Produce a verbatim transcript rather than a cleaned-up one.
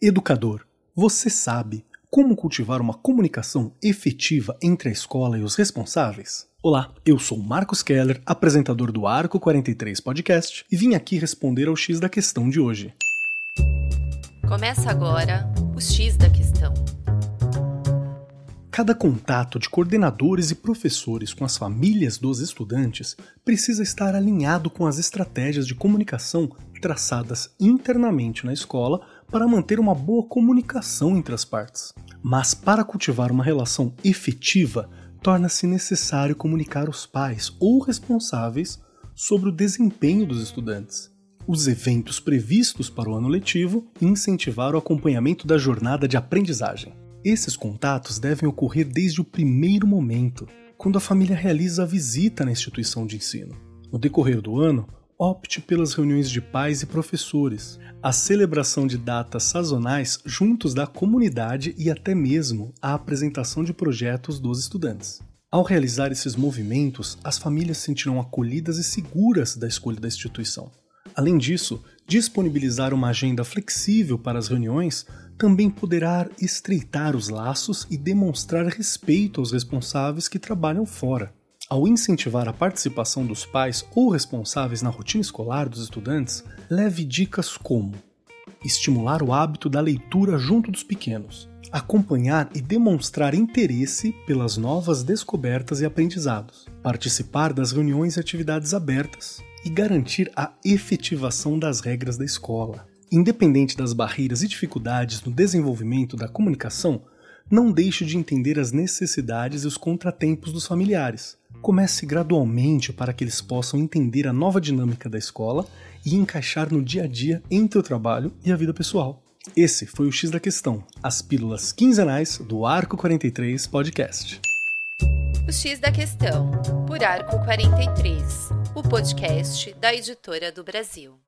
Educador, você sabe como cultivar uma comunicação efetiva entre a escola e os responsáveis? Olá, eu sou Marcos Keller, apresentador do Arco quarenta e três Podcast, e vim aqui responder ao X da Questão de hoje. Começa agora o X da Questão. Cada contato de coordenadores e professores com as famílias dos estudantes precisa estar alinhado com as estratégias de comunicação traçadas internamente na escola para manter uma boa comunicação entre as partes. Mas para cultivar uma relação efetiva, torna-se necessário comunicar os pais ou responsáveis sobre o desempenho dos estudantes, os eventos previstos para o ano letivo e incentivar o acompanhamento da jornada de aprendizagem. Esses contatos devem ocorrer desde o primeiro momento, quando a família realiza a visita na instituição de ensino. No decorrer do ano, opte pelas reuniões de pais e professores, a celebração de datas sazonais juntos da comunidade e até mesmo a apresentação de projetos dos estudantes. Ao realizar esses movimentos, as famílias se sentirão acolhidas e seguras da escolha da instituição. Além disso, disponibilizar uma agenda flexível para as reuniões também poderá estreitar os laços e demonstrar respeito aos responsáveis que trabalham fora. Ao incentivar a participação dos pais ou responsáveis na rotina escolar dos estudantes, leve dicas como estimular o hábito da leitura junto dos pequenos, acompanhar e demonstrar interesse pelas novas descobertas e aprendizados, participar das reuniões e atividades abertas e garantir a efetivação das regras da escola. Independente das barreiras e dificuldades no desenvolvimento da comunicação, não deixe de entender as necessidades e os contratempos dos familiares. Comece gradualmente para que eles possam entender a nova dinâmica da escola e encaixar no dia a dia entre o trabalho e a vida pessoal. Esse foi o X da Questão, as pílulas quinzenais do Arco quarenta e três Podcast. O X da Questão, por Arco quarenta e três, o podcast da Editora do Brasil.